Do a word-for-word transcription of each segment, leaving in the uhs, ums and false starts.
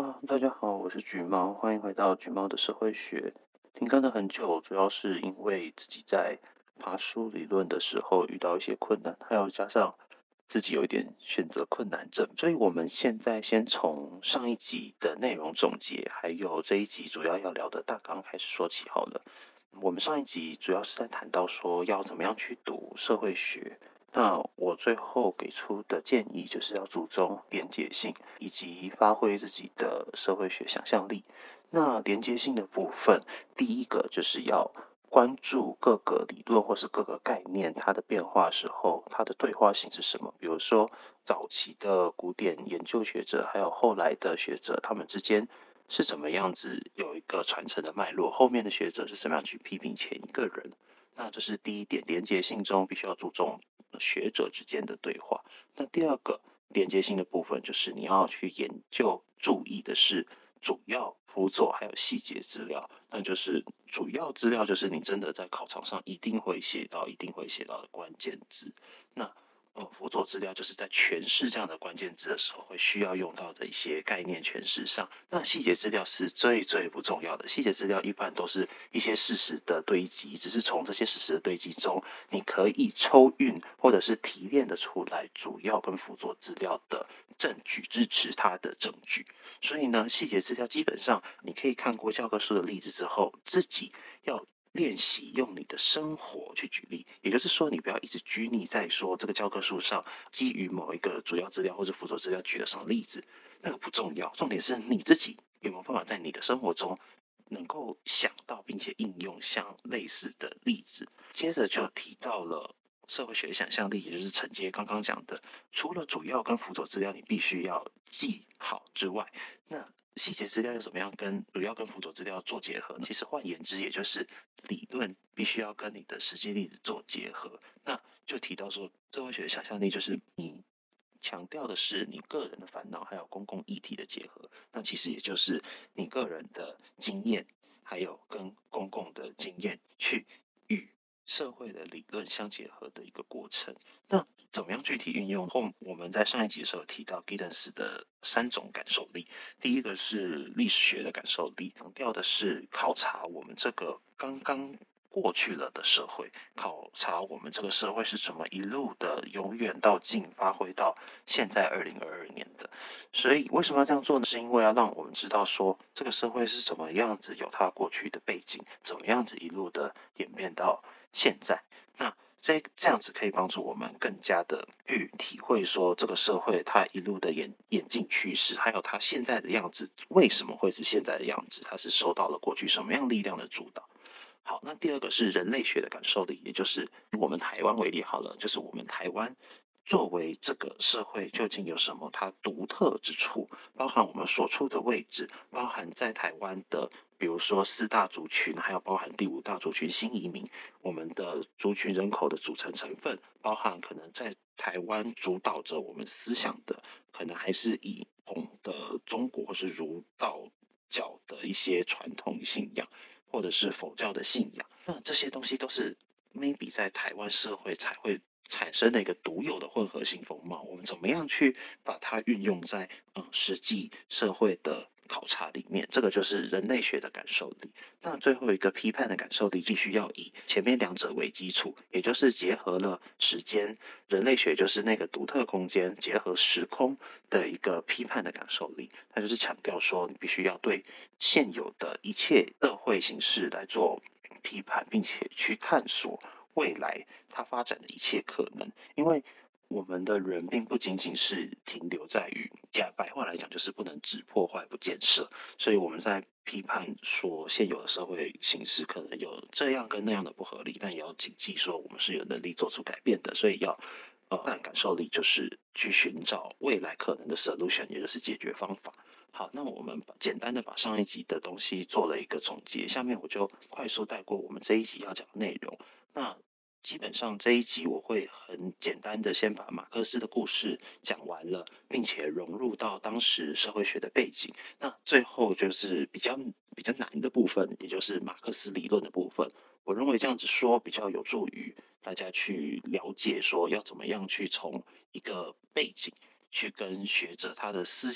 啊，大家好，我是橘猫，欢迎回到橘猫的社会学。停更了很久，主要是因为自己在爬书理论的时候遇到一些困难，还有加上自己有一点选择困难症，所以我们现在先从上一集的内容总结，还有这一集主要要聊的大纲开始说起好了。我们上一集主要是在谈到说要怎么样去读社会学，那我最后给出的建议就是要注重连结性，以及发挥自己的社会学想象力。那连结性的部分，第一个就是要关注各个理论或是各个概念它的变化时候，它的对话性是什么。比如说早期的古典研究学者，还有后来的学者，他们之间是怎么样子有一个传承的脉络，后面的学者是怎么样去批评前一个人。那这是第一点，连结性中必须要注重学者之间的对话。那第二个连结性的部分，就是你要去研究注意的是主要、辅佐还有细节资料。那就是主要资料，就是你真的在考场上一定会写到、一定会写到的关键字。那呃，辅佐资料就是在诠释这样的关键字的时候，会需要用到的一些概念诠释上。那细节资料是最最不重要的，细节资料一般都是一些事实的堆积，只是从这些事实的堆积中，你可以抽运或者是提炼的出来主要跟辅佐资料的证据，支持它的证据。所以呢，细节资料基本上你可以看过教科书的例子之后，自己要练习用你的生活去举例，也就是说，你不要一直拘泥在说这个教科书上基于某一个主要资料或者辅佐资料举了什么例子，那个不重要，重点是你自己有没有办法在你的生活中能够想到并且应用像类似的例子。接着就提到了社会学想象力，也就是承接刚刚讲的，除了主要跟辅佐资料你必须要记好之外，那细节资料要怎么样跟主要跟辅佐资料做结合呢？其实换言之，也就是理论必须要跟你的实际例子做结合。那就提到说，社会学想象力就是你强调的是你个人的烦恼还有公共议题的结合。那其实也就是你个人的经验，还有跟公共的经验去与社会的理论相结合的一个过程。那怎么样具体运用？后我们在上一集的时候提到 Giddens 的三种感受力，第一个是历史学的感受力，强调的是考察我们这个刚刚过去了的社会，考察我们这个社会是怎么一路的由远到近发挥到现在二零二二年的。所以为什么要这样做呢？是因为要让我们知道说这个社会是怎么样子有它过去的背景，怎么样子一路的演变到现在。那这这样子可以帮助我们更加的去体会说这个社会它一路的演演进趋势，还有它现在的样子为什么会是现在的样子，它是受到了过去什么样力量的主导。好，那第二个是人类学的感受力，也就是以我们台湾为例好了，就是我们台湾作为这个社会究竟有什么它独特之处，包含我们所处的位置，包含在台湾的，比如说四大族群，还有包含第五大族群新移民，我们的族群人口的组成成分，包含可能在台湾主导着我们思想的，可能还是以统的中国或是儒道教的一些传统信仰。或者是佛教的信仰，那这些东西都是 maybe 在台湾社会才会产生的一个独有的混合性风貌。我们怎么样去把它运用在嗯实际社会的考察里面？这个就是人类学的感受力。那最后一个批判的感受力，必须要以前面两者为基础，也就是结合了时间，人类学就是那个独特空间结合时空的一个批判的感受力。它就是强调说，你必须要对现有的一切社会形式来做批判，并且去探索未来它发展的一切可能。因为我们的人并不仅仅是停留在于讲白话来讲，就是不能只破坏不建设。所以我们在批判说现有的社会形式可能有这样跟那样的不合理，但也要谨记说我们是有能力做出改变的。所以要呃，感受力就是去寻找未来可能的 solution，也就是解决方法。好，那我们把简单的把上一集的东西做了一个总结，下面我就快速带过我们这一集要讲的内容。那基本上这一集我会很简单的先把马克思的故事讲完了，并且融入到当时社会学的背景。那最后就是比较比较难的部分，也就是马克思理论的部分。我认为这样子说比较有助于大家去了解说要怎么样去从一个背景去跟学者他的思想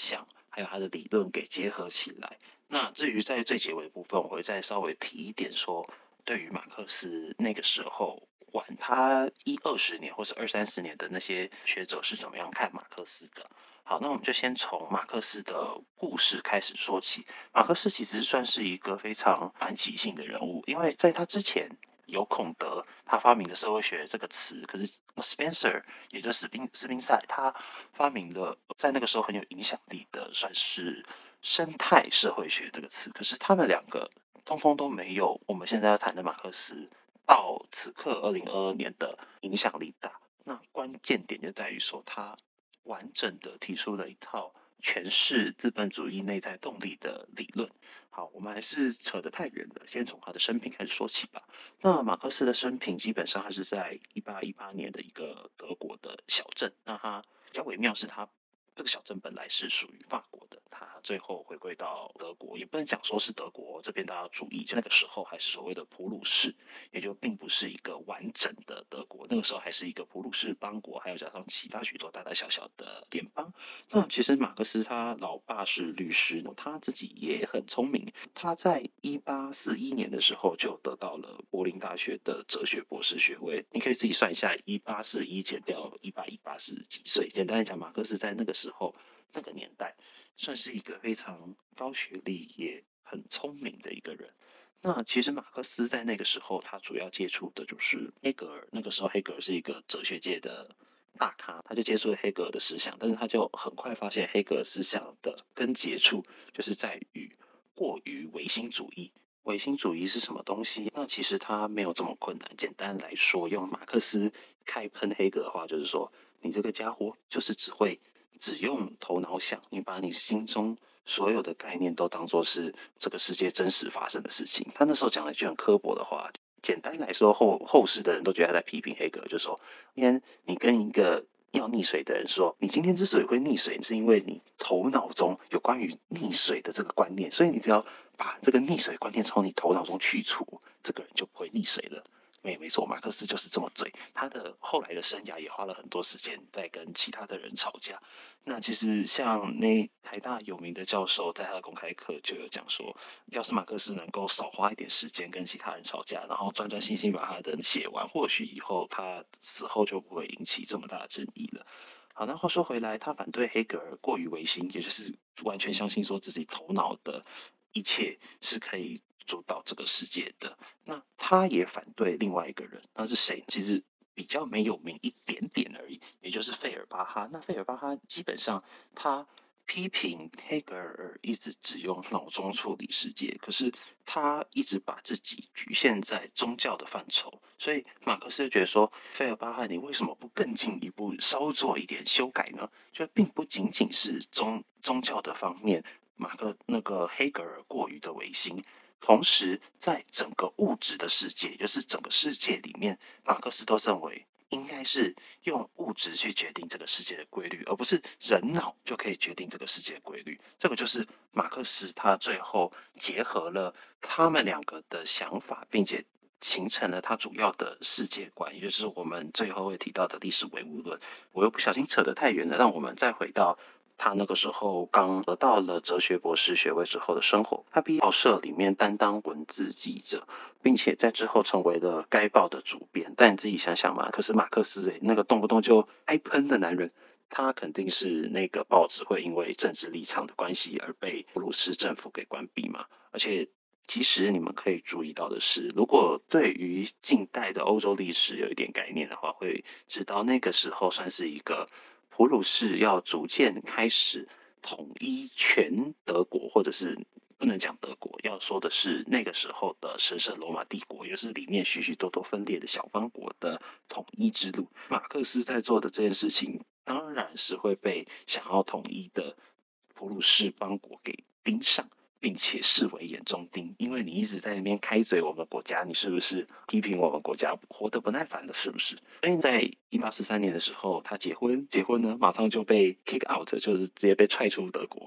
还有他的理论给结合起来。那至于在最结尾的部分，我会再稍微提一点说，对于马克思那个时候晚他一二十年或是二三十年的那些学者是怎么样看马克思的。好，那我们就先从马克思的故事开始说起。马克思其实算是一个非常传奇性的人物，因为在他之前有孔德，他发明了社会学这个词，可是 Spencer 也就是斯宾斯宾塞，他发明了在那个时候很有影响力的，算是生态社会学这个词，可是他们两个通通都没有我们现在要谈的马克思到此刻二零二二年的影响力大。那关键点就在于说，他完整的提出了一套诠释资本主义内在动力的理论。好，我们还是扯得太远了，先从他的生平开始说起吧。那马克思的生平基本上他是在一八一八年的一个德国的小镇。那他比较微妙是他这个小镇本来是属于法国的，他最后回归到德国，也不能讲说是德国这边大家要注意，就那个时候还是所谓的普鲁士，也就并不是一个完整的德国，那个时候还是一个普鲁士邦国，还有加上其他许多大大小小的联邦。那其实马克思他老爸是律师，他自己也很聪明，他在一八四一年的时候就得到了柏林大学的哲学博士学位。你可以自己算一下，一八四一减掉一八一八是几岁？简单来讲，马克思在那个时候那个年代算是一个非常高学历也很聪明的一个人。那其实马克思在那个时候，他主要接触的就是黑格尔。那个时候，黑格尔是一个哲学界的大咖，他就接触了黑格尔的思想，但是他就很快发现黑格尔思想的根结处就是在于过于唯心主义。唯心主义是什么东西？那其实它没有这么困难。简单来说，用马克思开喷黑格尔的话，就是说，你这个家伙就是只会只用头脑想，你把你心中所有的概念都当作是这个世界真实发生的事情。他那时候讲了一句很刻薄的话，简单来说，后后世的人都觉得他在批评黑格尔，就说：今天你跟一个要溺水的人说，你今天之所以会溺水，是因为你头脑中有关于溺水的这个观念，所以你只要把这个溺水观念从你头脑中去除，这个人就不会溺水了。没没错，马克思就是这么嘴。他的后来的生涯也花了很多时间在跟其他的人吵架。那其实像那台大有名的教授，在他的公开课就有讲说，要是马克思能够少花一点时间跟其他人吵架，然后专专心心把他的写完，或许以后他死后就不会引起这么大的争议了。好，那话说回来，他反对黑格尔过于唯心，也就是完全相信说自己头脑的一切是可以主导这个世界的。那他也反对另外一个人，那是谁？其实比较没有名一点点而已，也就是费尔巴哈。那费尔巴哈基本上他批评黑格尔一直只用脑中处理世界，可是他一直把自己局限在宗教的范畴，所以马克思就觉得说，费尔巴哈你为什么不更进一步稍做一点修改呢？就并不仅仅是宗宗教的方面，马克那个黑格尔过于的唯心。同时，在整个物质的世界，也就是整个世界里面，马克思都认为应该是用物质去决定这个世界的规律，而不是人脑就可以决定这个世界的规律。这个就是马克思他最后结合了他们两个的想法，并且形成了他主要的世界观，也就是我们最后会提到的历史唯物论。我又不小心扯得太远了，让我们再回到他那个时候刚得到了哲学博士学位之后的生活。他毕业报社里面担当文字记者，并且在之后成为了该报的主编。但你自己想想嘛，可是马克思诶，那个动不动就爱喷的男人，他肯定是那个报纸会因为政治立场的关系而被普鲁士政府给关闭嘛。而且其实你们可以注意到的是，如果对于近代的欧洲历史有一点概念的话，会知道那个时候算是一个普鲁士要逐渐开始统一全德国，或者是不能讲德国，要说的是那个时候的神圣罗马帝国，也就是里面许许多多分裂的小邦国的统一之路。马克思在做的这件事情，当然是会被想要统一的普鲁士邦国给盯上，并且视为眼中钉，因为你一直在那边开嘴我们国家，你是不是批评我们国家活得不耐烦了？是不是？所以在一八四三年的时候，他结婚，结婚呢马上就被 kick out，就是直接被踹出德国。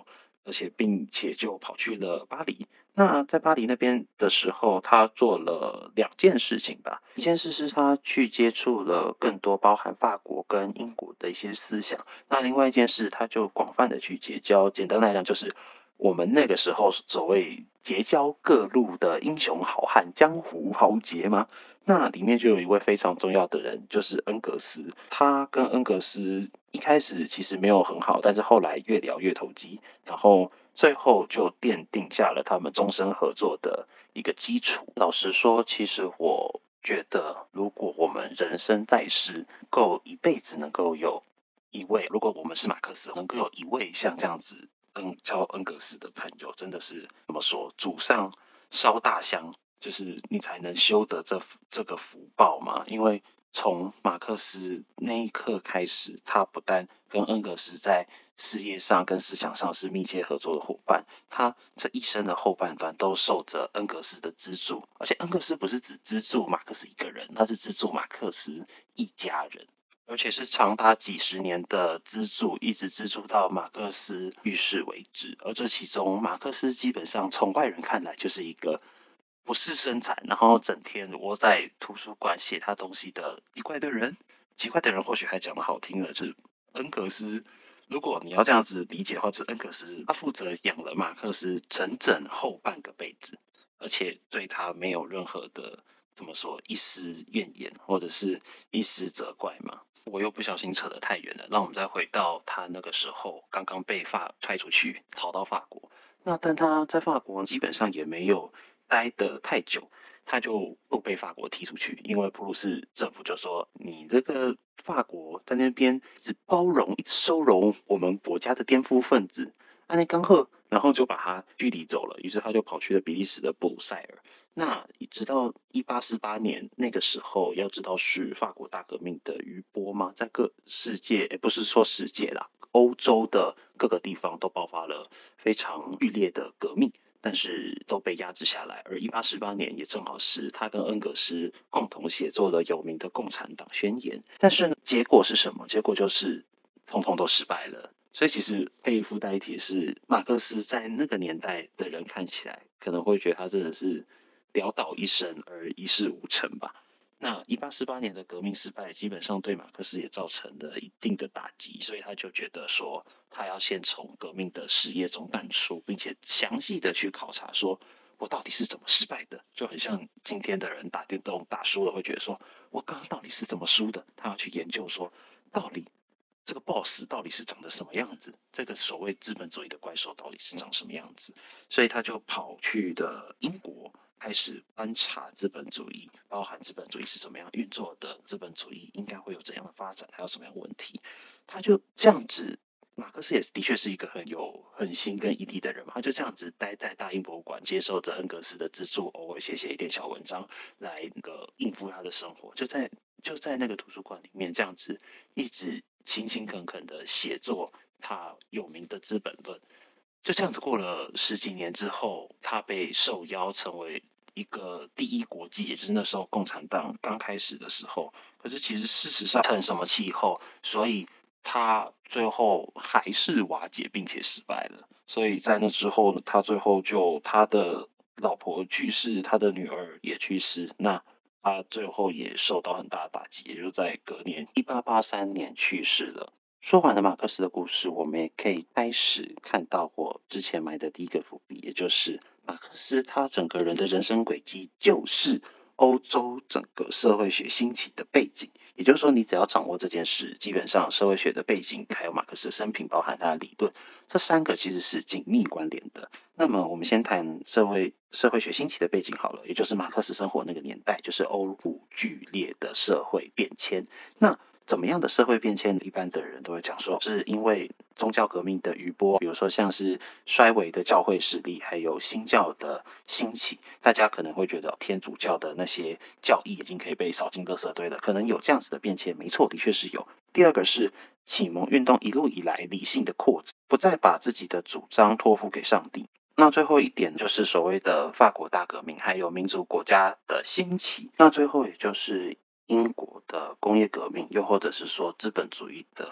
而且并且就跑去了巴黎。那在巴黎那边的时候，他做了两件事情吧。一件事是他去接触了更多包含法国跟英国的一些思想。那另外一件事，他就广泛的去结交。简单来讲，就是我们那个时候所谓结交各路的英雄好汉、江湖豪杰嘛。那里面就有一位非常重要的人，就是恩格斯。他跟恩格斯一开始其实没有很好，但是后来越聊越投机，然后最后就奠定下了他们终身合作的一个基础。老实说，其实我觉得，如果我们人生在世，够一辈子能够有一位，如果我们是马克思，能够有一位像这样子恩叫恩格斯的朋友，真的是怎么说，祖上烧大香。就是你才能修得这这个福报嘛。因为从马克思那一刻开始，他不但跟恩格斯在事业上跟思想上是密切合作的伙伴，他这一生的后半段都受着恩格斯的资助。而且恩格斯不是只资助马克思一个人，他是资助马克思一家人。而且是长达几十年的资助，一直资助到马克思去世为止。而这其中，马克思基本上从外人看来就是一个不是生产，然后整天窝在图书馆写他东西的奇怪的人。奇怪的人或许还讲得好听的，就是恩格斯。如果你要这样子理解的话，就是恩格斯他负责养了马克思整整后半个辈子，而且对他没有任何的怎么说一丝怨言或者是一丝责怪嘛。我又不小心扯得太远了，让我们再回到他那个时候刚刚被法踹出去，逃到法国。那但他在法国基本上也没有待得太久，他就又被法国踢出去。因为普鲁士政府就说，你这个法国在那边一直包容、一直收容我们国家的颠覆分子，安内冈赫，然后就把他驱离走了。于是他就跑去了比利时的布鲁塞尔。那直到一八四八年那个时候，要知道是法国大革命的余波嘛，在各世界，也不是说世界啦，欧洲的各个地方都爆发了非常剧烈的革命，但是都被压制下来。而一八四八年也正好是他跟恩格斯共同写作了有名的《共产党宣言》。但是呢，结果是什么？结果就是通通都失败了。所以其实可以附带一提是，马克思在那个年代的人看起来可能会觉得他真的是潦倒一生而一事无成吧。那一八四八年的革命失败，基本上对马克思也造成了一定的打击，所以他就觉得说，他要先从革命的事业中淡出，并且详细的去考察说，我到底是怎么失败的。就很像今天的人打电动打输了，会觉得说，我刚刚到底是怎么输的？他要去研究说，到底这个 boss 到底是长得什么样子？这个所谓资本主义的怪兽到底是长什么样子？所以他就跑去的英国，开始观察资本主义，包含资本主义是怎么样运作的，资本主义应该会有怎样的发展，还有什么样的问题。他就这样子，马克思也的确是一个很有恒心跟毅力的人嘛，他就这样子待在大英博物馆，接受着恩格斯的资助，偶尔写写一点小文章来那个应付他的生活，就在就在那个图书馆里面这样子一直勤勤恳恳的写作他有名的《资本论》。就这样子过了十几年之后，他被受邀成为一个第一国际，也就是那时候共产党刚开始的时候。可是其实事实上成什么气候，所以他最后还是瓦解并且失败了。所以在那之后，他最后就他的老婆去世，他的女儿也去世，那他最后也受到很大的打击，也就在隔年一八八三年去世了。说完了马克思的故事，我们也可以开始看到我之前埋的第一个伏笔，也就是马克思他整个人的人生轨迹就是欧洲整个社会学兴起的背景。也就是说，你只要掌握这件事，基本上社会学的背景还有马克思的生平，包含他的理论，这三个其实是紧密关联的。那么我们先谈社会社会学兴起的背景好了，也就是马克思生活那个年代，就是欧陆剧烈的社会变迁。那怎么样的社会变迁，一般的人都会讲说，是因为宗教革命的余波，比如说像是衰微的教会势力，还有新教的兴起。大家可能会觉得天主教的那些教义已经可以被扫进垃圾堆了，可能有这样子的变迁，没错，的确是有。第二个是启蒙运动一路以来理性的扩展，不再把自己的主张托付给上帝。那最后一点就是所谓的法国大革命，还有民族国家的兴起。那最后也就是英国的工业革命，又或者是说资本主义的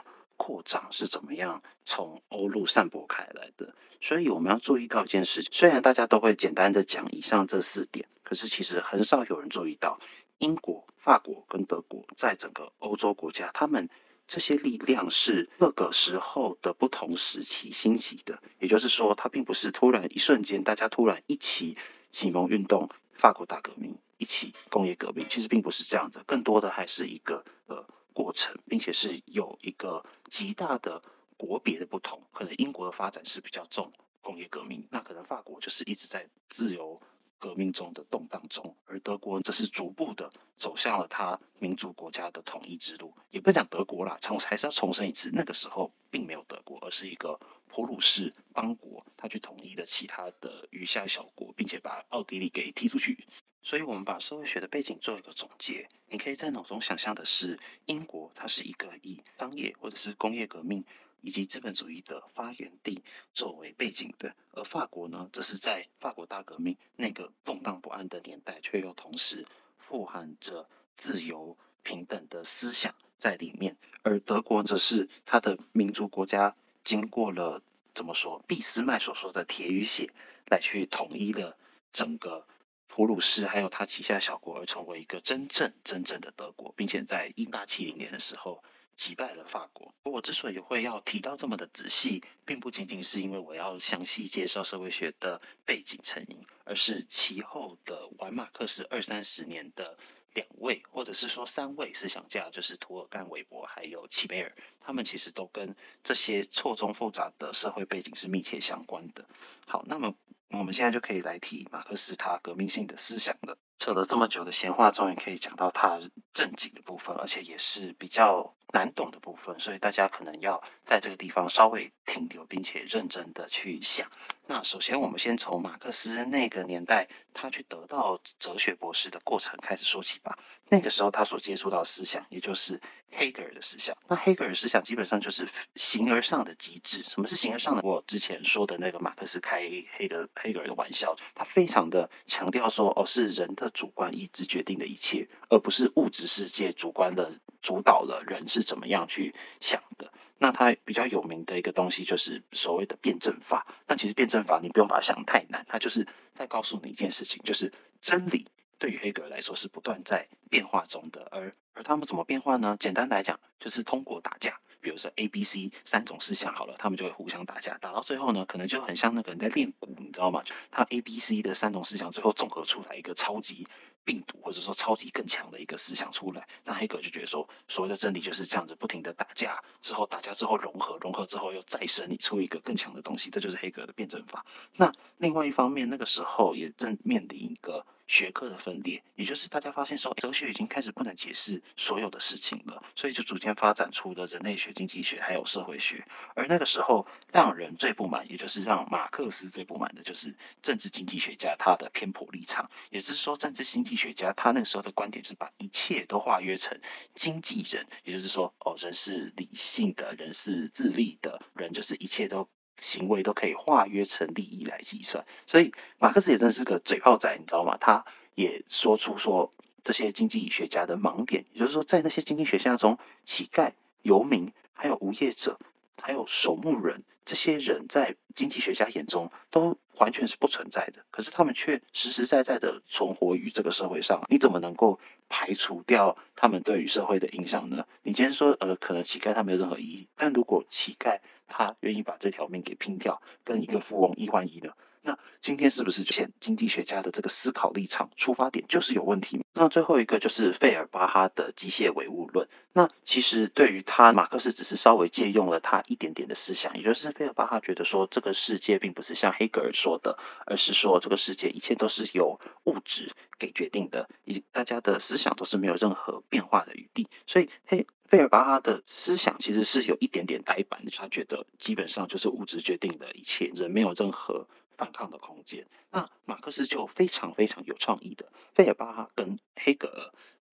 扩张是怎么样从欧陆散播开来的。所以我们要注意到一件事，虽然大家都会简单的讲以上这四点，可是其实很少有人注意到，英国、法国跟德国在整个欧洲国家，他们这些力量是各个时候的不同时期兴起的。也就是说，它并不是突然一瞬间大家突然一起启蒙运动、法国大革命、一起工业革命，其实并不是这样子，更多的还是一个呃过程，并且是有一个极大的国别的不同。可能英国的发展是比较重工业革命，那可能法国就是一直在自由革命中的动荡中，而德国则是逐步的走向了它民族国家的统一之路。也不讲德国啦，重还是要重申一次，那个时候并没有德国，而是一个普鲁士邦国，他去统一了其他的余下小国，并且把奥地利给踢出去。所以我们把社会学的背景做一个总结，你可以在脑中想象的是，英国它是一个以商业或者是工业革命以及资本主义的发源地作为背景的，而法国呢，则是在法国大革命那个动荡不安的年代，却又同时富含着自由平等的思想在里面，而德国则是它的民族国家经过了怎么说俾斯麦所说的铁与血来去统一了整个普鲁士还有他旗下小国，而成为一个真正真正的德国，并且在一八七零年的时候击败了法国。我之所以会要提到这么的仔细，并不仅仅是因为我要详细介绍社会学的背景成因，而是其后的晚马克思二三十年的两位或者是说三位思想家，就是涂尔干、韦伯还有齐贝尔，他们其实都跟这些错综复杂的社会背景是密切相关的。好，那么我们现在就可以来提马克思他革命性的思想了。扯了这么久的闲话，终于可以讲到他正经的部分，而且也是比较难懂的部分，所以大家可能要在这个地方稍微停留，并且认真的去想。那首先，我们先从马克思那个年代他去得到哲学博士的过程开始说起吧。那个时候他所接触到的思想，也就是黑格尔的思想。那黑格尔思想基本上就是形而上的极致。什么是形而上的？我之前说的那个马克思开黑格黑格尔的玩笑，他非常的强调说，哦，是人的主观意志决定的一切，而不是物质世界主观的主导了人是怎么样去想的。那它比较有名的一个东西就是所谓的辩证法。那其实辩证法你不用把它想太难，它就是在告诉你一件事情，就是真理对于黑格尔来说是不断在变化中的，而而他们怎么变化呢？简单来讲，就是通过打架。比如说 A、B、C 三种思想好了，他们就会互相打架，打到最后呢，可能就很像那个人在练鼓，你知道吗？他 A、B、C 的三种思想最后综合出来一个超级病毒，或者说超级更强的一个思想出来。那黑格尔就觉得说，所谓的真理就是这样子，不停的打架，之后打架之后融合，融合之后又再生，你出一个更强的东西，这就是黑格尔的辩证法。那另外一方面，那个时候也正面临一个学科的分裂，也就是大家发现说，哲学已经开始不能解释所有的事情了，所以就逐渐发展出了人类学、经济学还有社会学。而那个时候让人最不满，也就是让马克思最不满的，就是政治经济学家他的偏颇立场。也就是说，政治经济学家他那个时候的观点就是把一切都化约成经纪人，也就是说，哦，人是理性的，人是自利的，人就是一切都行为都可以化约成利益来计算。所以马克思也真是个嘴炮仔，你知道吗？他也说出说这些经济学家的盲点，也就是说，在那些经济学家中，乞丐、游民、还有无业者、还有守墓人，这些人在经济学家眼中都完全是不存在的，可是他们却实实在在的存活于这个社会上。你怎么能够排除掉他们对于社会的影响呢？你今天说，呃，可能乞丐他没有任何意义，但如果乞丐他愿意把这条命给拼掉，跟一个富翁一换一呢？那今天是不是显经济学家的这个思考立场出发点就是有问题？那最后一个就是费尔巴哈的机械唯物论。那其实对于他，马克思只是稍微借用了他一点点的思想，也就是费尔巴哈觉得说，这个世界并不是像黑格尔说的，而是说这个世界一切都是由物质给决定的，以大家的思想都是没有任何变化的余地。所以黑费尔巴哈的思想其实是有一点点呆板的，他觉得基本上就是物质决定了一切，人没有任何反抗的空间。那马克思就非常非常有创意的，费尔巴哈跟黑格尔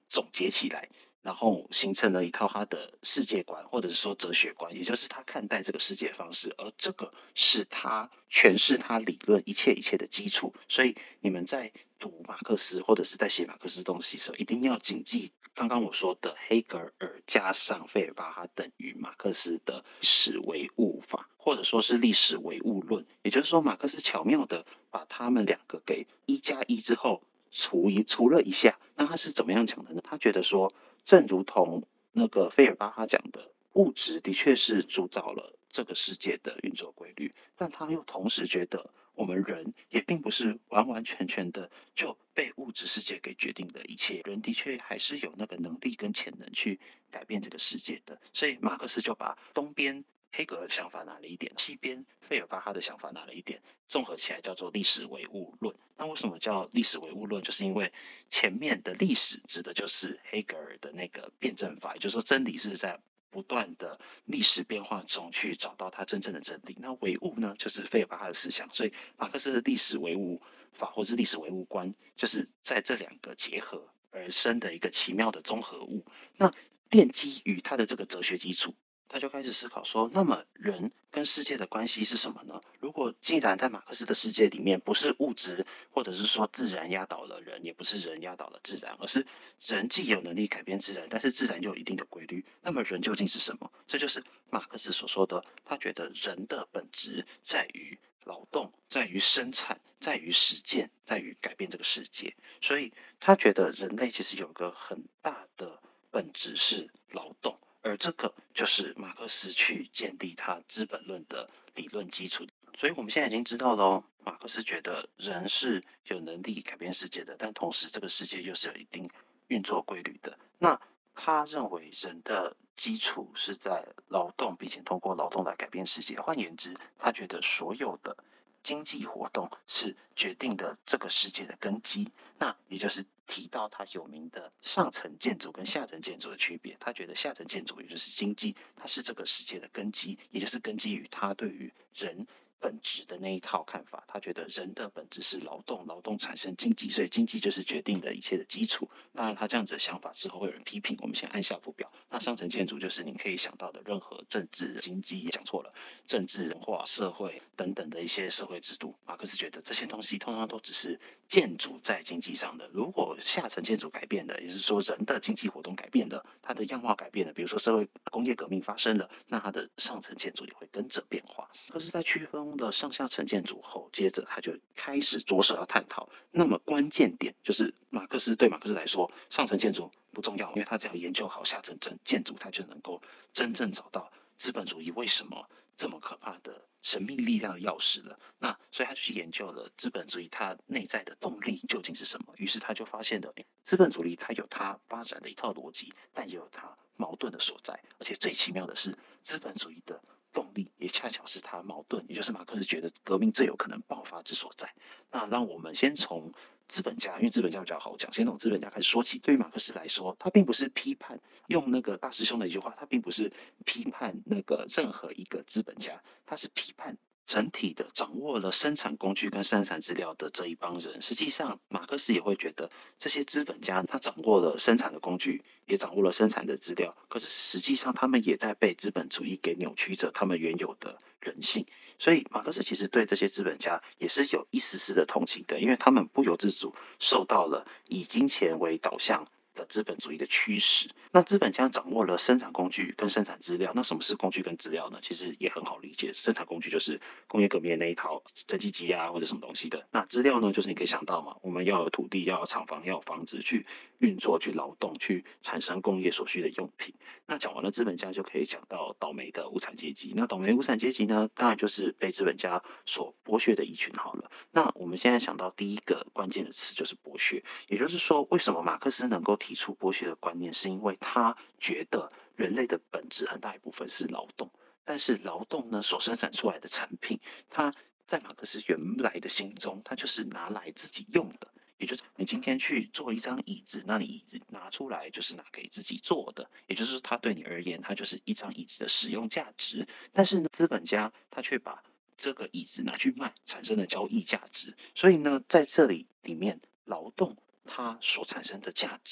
总结起来，然后形成了一套他的世界观，或者是说哲学观，也就是他看待这个世界方式，而这个是他诠释他理论一切一切的基础。所以你们在读马克思或者是在写马克思东西的时候，一定要谨记刚刚我说的黑格尔加上费尔巴哈等于马克思的历史唯物法，或者说是历史唯物论。也就是说，马克思巧妙的把他们两个给一加一之后除一除了一下。那他是怎么样讲的呢？他觉得说，正如同那个费尔巴哈讲的，物质的确是主导了这个世界的运作规律，但他又同时觉得我们人也并不是完完全全的就被物质世界给决定的一切，人的确还是有那个能力跟潜能去改变这个世界的。所以马克思就把东边黑格尔的想法拿了一点，西边费尔巴哈的想法拿了一点，综合起来叫做历史唯物论。那为什么叫历史唯物论？就是因为前面的历史指的就是黑格尔的那个辩证法，也就是说真理是在不断的历史变化中去找到它真正的真理。那唯物呢，就是费尔巴哈的思想，所以马克思的历史唯物法或是历史唯物观，就是在这两个结合而生的一个奇妙的综合物。那奠基于他的这个哲学基础，他就开始思考说，那么人跟世界的关系是什么呢？如果既然在马克思的世界里面，不是物质或者是说自然压倒了人，也不是人压倒了自然，而是人既有能力改变自然，但是自然又有一定的规律，那么人究竟是什么？这就是马克思所说的，他觉得人的本质在于劳动，在于生产，在于实践，在于改变这个世界。所以他觉得人类其实有个很大的本质是劳动。而这个就是马克思去建立他《资本论》的理论基础。所以我们现在已经知道了哦，马克思觉得人是有能力改变世界的，但同时这个世界又是有一定运作规律的。那他认为人的基础是在劳动，并且通过劳动来改变世界。换言之，他觉得所有的经济活动是决定的这个世界的根基。那也就是提到他有名的上层建筑跟下层建筑的区别。他觉得下层建筑也就是经济，它是这个世界的根基，也就是根基于他对于人本质的那一套看法。他觉得人的本质是劳动，劳动产生经济，所以经济就是决定的一切的基础。当然，他这样子的想法之后会有人批评，我们先按下不表。那上层建筑就是你可以想到的任何政治、经济，讲错了，政治、文化、社会等等的一些社会制度。马克思觉得这些东西通常都只是建筑在经济上的。如果下层建筑改变了，也就是说人的经济活动改变了，它的样貌改变了，比如说社会工业革命发生了，那它的上层建筑也会跟着变化。可是，在区分了上下层建筑后，接着他就开始着手要探讨。那么关键点就是马克思对马克思来说，上层建筑不重要，因为他只要研究好下层建筑，他就能够真正找到资本主义为什么这么可怕的神秘力量的钥匙了。那所以他就去研究了资本主义它内在的动力究竟是什么。于是他就发现了，资本主义它有它发展的一套逻辑，但也有它矛盾的所在。而且最奇妙的是，资本主义的动力也恰巧是它矛盾，也就是马克思觉得革命最有可能爆发之所在。那让我们先从资本家，因为资本家比较好讲，先从资本家开始说起。对于马克思来说，他并不是批判，用那个大师兄的一句话，他并不是批判那个任何一个资本家，他是批判整体的掌握了生产工具跟生产资料的这一帮人。实际上，马克思也会觉得这些资本家他掌握了生产的工具，也掌握了生产的资料，可是实际上他们也在被资本主义给扭曲着他们原有的人性。所以马克思其实对这些资本家也是有一丝丝的同情的，因为他们不由自主受到了以金钱为导向的资本主义的驱使。那资本家掌握了生产工具跟生产资料，那什么是工具跟资料呢？其实也很好理解，生产工具就是工业革命那一套蒸汽机啊或者什么东西的。那资料呢，就是你可以想到嘛，我们要有土地，要有厂房，要有房子去运作、去劳动、去产生工业所需的用品。那讲完了资本家，就可以讲到倒霉的无产阶级。那倒霉无产阶级呢，当然就是被资本家所剥削的一群好了。那我们现在想到第一个关键的词就是剥削，也就是说，为什么马克思能够提出剥削的观念，是因为他觉得人类的本质很大一部分是劳动，但是劳动呢所生产出来的产品，它在马克思原来的心中，它就是拿来自己用的。也就是你今天去做一张椅子，那你椅子拿出来就是拿给自己做的，也就是说，它对你而言，它就是一张椅子的使用价值。但是呢，资本家他却把这个椅子拿去卖，产生了交易价值。所以呢，在这里里面，劳动它所产生的价值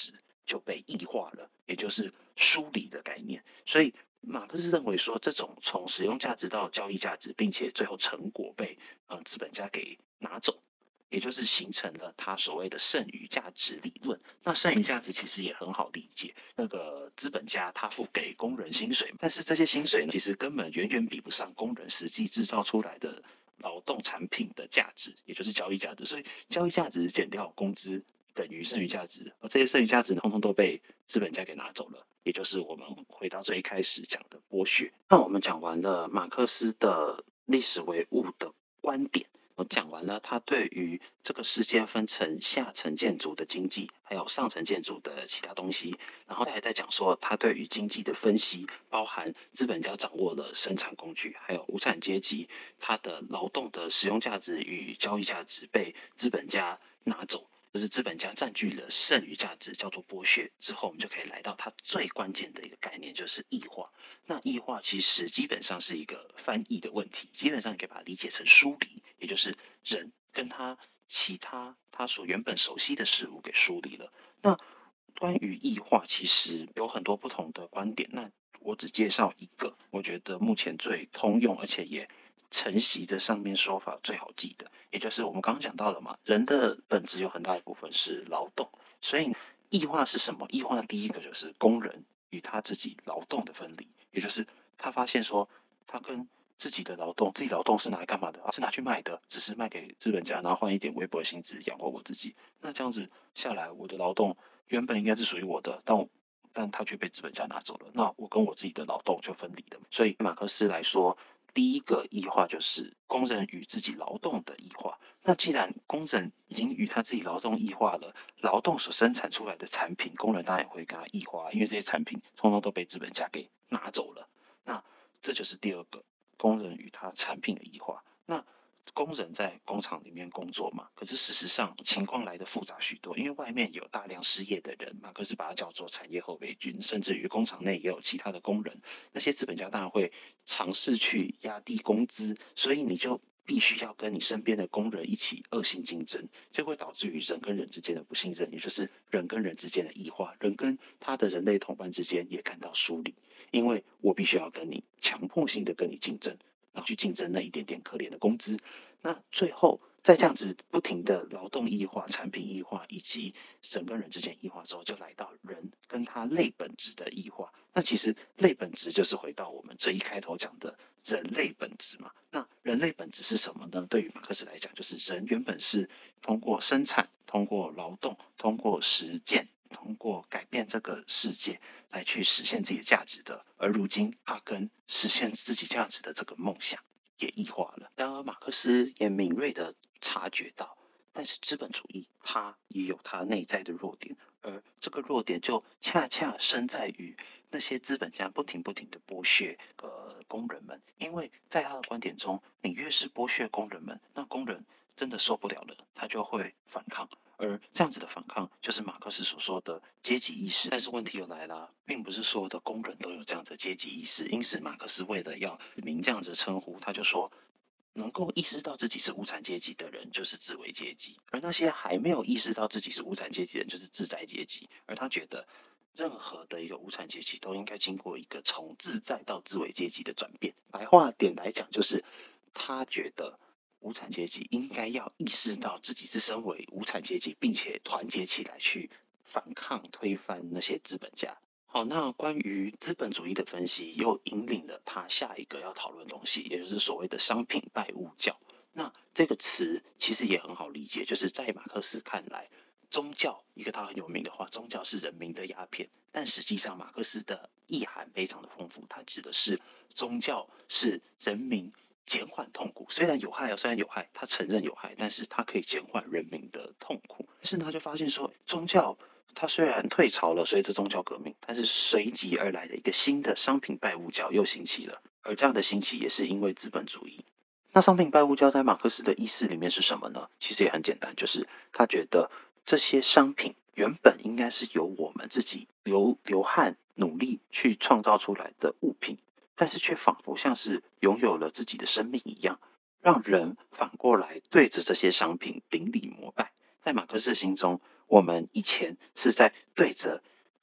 就被异化了，也就是疏离的概念。所以马克思认为说，这种从使用价值到交易价值，并且最后成果被呃资本家给拿走，也就是形成了他所谓的剩余价值理论。那剩余价值其实也很好理解，那个资本家他付给工人薪水，但是这些薪水呢，其实根本远远比不上工人实际制造出来的劳动产品的价值，也就是交易价值。所以交易价值减掉工资等于剩余价值，而这些剩余价值通通都被资本家给拿走了，也就是我们回到最一开始讲的剥削。那我们讲完了马克思的历史唯物的观点，我讲完了他对于这个世界分成下层建筑的经济，还有上层建筑的其他东西，然后再来再讲说他对于经济的分析，包含资本家掌握了生产工具，还有无产阶级他的劳动的使用价值与交易价值被资本家拿走，就是资本家占据了剩余价值，叫做剥削。之后我们就可以来到它最关键的一个概念，就是异化。那异化其实基本上是一个翻译的问题，基本上你可以把它理解成疏离，也就是人跟他其他他所原本熟悉的事物给疏离了。那关于异化，其实有很多不同的观点，那我只介绍一个，我觉得目前最通用，而且也承袭着上面说法最好记的，也就是我们刚刚讲到了嘛，人的本质有很大一部分是劳动，所以异化是什么？异化第一个就是工人与他自己劳动的分离，也就是他发现说，他跟自己的劳动，自己劳动是拿来干嘛的？是拿去卖的，只是卖给资本家，然后换一点微薄的薪资养活我自己。那这样子下来，我的劳动原本应该是属于我的，但我但他却被资本家拿走了，那我跟我自己的劳动就分离了。所以马克思来说，第一个异化就是工人与自己劳动的异化。那既然工人已经与他自己劳动异化了，劳动所生产出来的产品，工人当然也会跟他异化，因为这些产品通通都被资本家给拿走了。那这就是第二个工人与他产品的异化。那工人在工厂里面工作嘛，可是事实上情况来得复杂许多，因为外面有大量失业的人，马克思把它叫做产业后备军，甚至于工厂内也有其他的工人，那些资本家当然会尝试去压低工资，所以你就必须要跟你身边的工人一起恶性竞争，就会导致于人跟人之间的不信任，也就是人跟人之间的异化，人跟他的人类同伴之间也感到疏离，因为我必须要跟你强迫性的跟你竞争，然后去竞争那一点点可怜的工资。那最后在这样子不停的劳动异化、产品异化以及人跟人之间异化之后，就来到人跟他类本质的异化。那其实类本质就是回到我们最一开头讲的人类本质嘛。那人类本质是什么呢？对于马克思来讲，就是人原本是通过生产、通过劳动、通过实践、通过改变这个世界来去实现自己的价值的，而如今他跟实现自己价值的这个梦想也异化了。然而，马克思也敏锐地察觉到，但是资本主义它也有它内在的弱点，而这个弱点就恰恰生在于那些资本家不停不停的剥削呃工人们，因为在他的观点中，你越是剥削工人们，那工人真的受不了了，他就会反抗。而这样子的反抗，就是马克思所说的阶级意识。但是问题又来了，并不是所有的工人都有这样的阶级意识，因此马克思为了要明这样子称呼，他就说，能够意识到自己是无产阶级的人就是自为阶级，而那些还没有意识到自己是无产阶级的人就是自在阶级。而他觉得，任何的一个无产阶级都应该经过一个从自在到自为阶级的转变。白话点来讲，就是他觉得无产阶级应该要意识到自己是身为无产阶级，并且团结起来去反抗、推翻那些资本家。好，那关于资本主义的分析，又引领了他下一个要讨论的东西，也就是所谓的商品拜物教。那这个词其实也很好理解，就是在马克思看来，宗教一个他很有名的话，宗教是人民的鸦片。但实际上，马克思的意涵非常的丰富，它指的是宗教是人民减缓痛苦，虽然有害啊，虽然有害，他承认有害，但是他可以减缓人民的痛苦。但是他就发现说，宗教它虽然退潮了，随着宗教革命，但是随即而来的一个新的商品拜物教又兴起了，而这样的兴起也是因为资本主义。那商品拜物教在马克思的意识里面是什么呢？其实也很简单，就是他觉得这些商品原本应该是由我们自己流流汗努力去创造出来的物品，但是却仿佛像是拥有了自己的生命一样，让人反过来对着这些商品顶礼膜拜。在马克思的心中，我们以前是在对着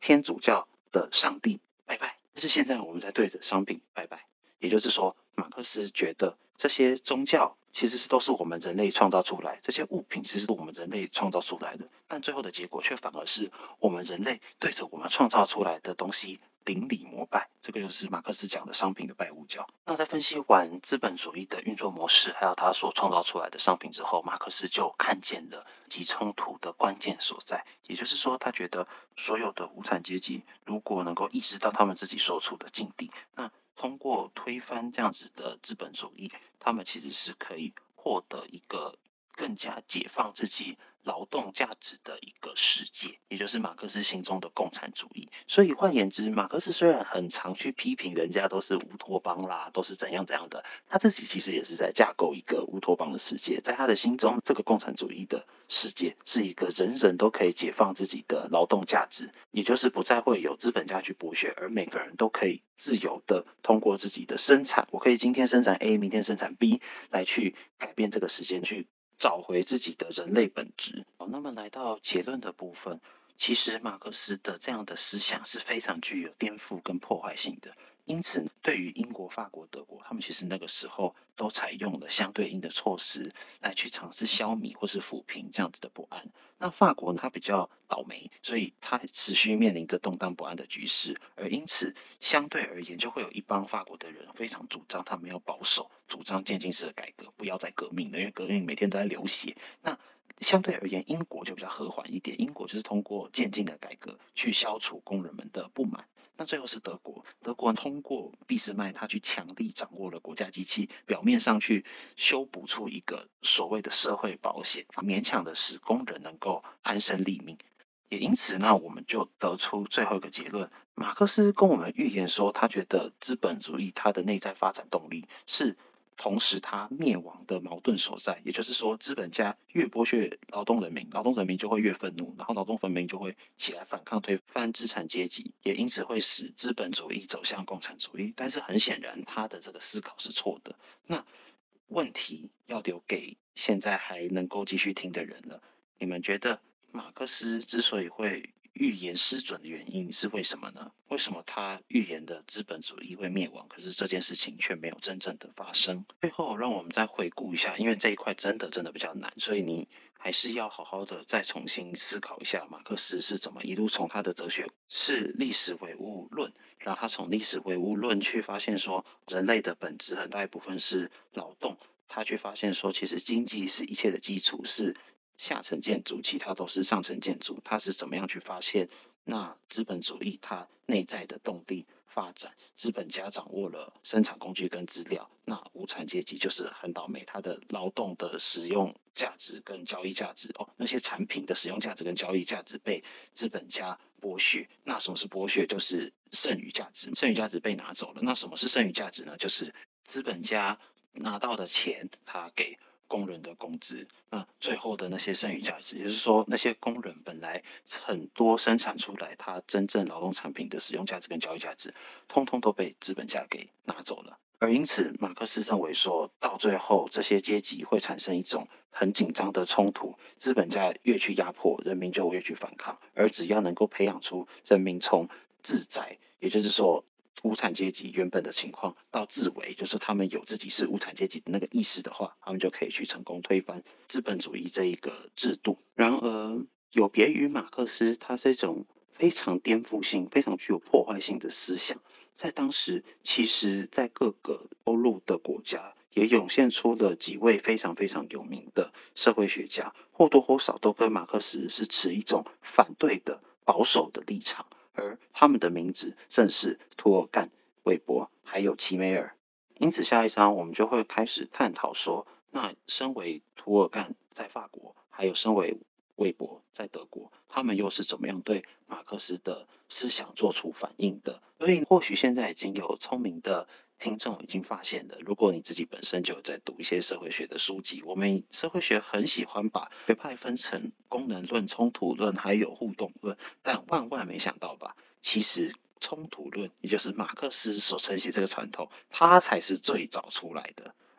天主教的上帝拜拜，但是现在我们在对着商品拜拜。也就是说，马克思觉得这些宗教其实是都是我们人类创造出来，这些物品其实是我们人类创造出来的，但最后的结果却反而是我们人类对着我们创造出来的东西顶礼膜拜。这个就是马克思讲的商品的拜物教。那在分析完资本主义的运作模式，还有他所创造出来的商品之后，马克思就看见了极冲突的关键所在。也就是说，他觉得所有的无产阶级如果能够意识到他们自己所处的境地，那通过推翻这样子的资本主义，他们其实是可以获得一个更加解放自己劳动价值的一个世界，也就是马克思心中的共产主义。所以换言之，马克思虽然很常去批评人家都是乌托邦啦，都是怎样怎样的，他自己其实也是在架构一个乌托邦的世界。在他的心中，这个共产主义的世界是一个人人都可以解放自己的劳动价值，也就是不再会有资本家去剥削，而每个人都可以自由的通过自己的生产，我可以今天生产 A， 明天生产 B， 来去改变这个时间，去找回自己的人类本质。好，那么来到结论的部分，其实马克思的这样的思想是非常具有颠覆跟破坏性的。因此，对于英国、法国、德国，他们其实那个时候都采用了相对应的措施来去尝试消弭或是抚平这样子的不安。那法国呢，它比较倒霉，所以它持续面临着动荡不安的局势，而因此相对而言，就会有一帮法国的人非常主张他们要保守，主张渐进式的改革，不要再革命了，因为革命每天都在流血。那相对而言，英国就比较和缓一点，英国就是通过渐进的改革去消除工人们的不满。那最后是德国，德国通过俾斯麦，他去强力掌握了国家机器，表面上去修补出一个所谓的社会保险，勉强的使工人能够安身立命。也因此呢，我们就得出最后一个结论：马克思跟我们预言说，他觉得资本主义它的内在发展动力是同时它灭亡的矛盾所在。也就是说，资本家越剥削劳动人民，劳动人民就会越愤怒，然后劳动人民就会起来反抗推翻资产阶级，也因此会使资本主义走向共产主义。但是很显然，他的这个思考是错的。那问题要留给现在还能够继续听的人了。你们觉得马克思之所以会预言失准的原因是为什么呢？为什么他预言的资本主义会灭亡，可是这件事情却没有真正的发生？最后，让我们再回顾一下，因为这一块真的真的比较难，所以你还是要好好的再重新思考一下马克思是怎么一路从他的哲学是历史唯物论，然后他从历史唯物论去发现说人类的本质很大一部分是劳动，他去发现说其实经济是一切的基础，是下层建筑，其他都是上层建筑。他是怎么样去发现那资本主义它内在的动力发展？资本家掌握了生产工具跟资料，那无产阶级就是很倒霉，他的劳动的使用价值跟交易价值哦，那些产品的使用价值跟交易价值被资本家剥削。那什么是剥削？就是剩余价值，剩余价值被拿走了。那什么是剩余价值呢？就是资本家拿到的钱，他给工人的工资，那最后的那些剩余价值，也就是说，那些工人本来很多生产出来，他真正劳动产品的使用价值跟交易价值，通通都被资本家给拿走了。而因此，马克思认为说，到最后这些阶级会产生一种很紧张的冲突，资本家越去压迫，人民就越去反抗。而只要能够培养出人民从自在，也就是说，无产阶级原本的情况到自为，就是他们有自己是无产阶级的那个意识的话，他们就可以去成功推翻资本主义这一个制度。然而，有别于马克思他这种非常颠覆性、非常具有破坏性的思想，在当时，其实在各个欧陆的国家也涌现出了几位非常非常有名的社会学家，或多或少都跟马克思是持一种反对的保守的立场。而他们的名字正是涂尔干、韦伯还有齐美尔。因此，下一章我们就会开始探讨说，那身为涂尔干在法国，还有身为韦伯在德国，他们又是怎么样对马克思的思想做出反应的？所以，或许现在已经有聪明的听众已经发现了，如果你自己本身就有在读一些社会学的书籍，我们社会学很喜欢把学派分成功能论、冲突论还有互动论，但万万没想到吧，其实冲突论，也就是马克思所承袭这个传统，它才是最早出来的。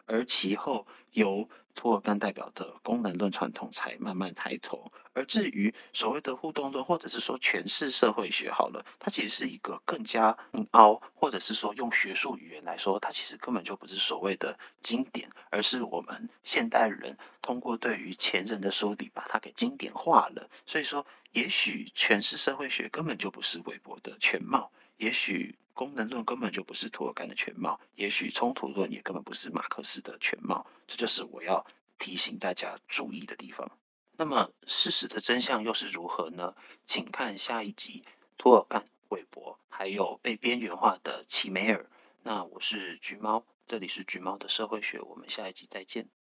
而其后由涂尔干代表的功能论传统才慢慢抬头。而至于所谓的互动论，或者是说诠释社会学好了，它其实是一个更加硬凹，或者是说用学术语言来说，它其实根本就不是所谓的经典，而是我们现代人通过对于前人的梳理，把它给经典化了。所以说，也许诠释社会学根本就不是韦伯的全貌，也许功能论根本就不是涂尔干的全貌，也许冲突论也根本不是马克思的全貌。这就是我要提醒大家注意的地方。那么事实的真相又是如何呢？请看下一集涂尔干、韦伯，还有被边缘化的齐美尔。那我是橘猫，这里是橘猫的社会学，我们下一集再见。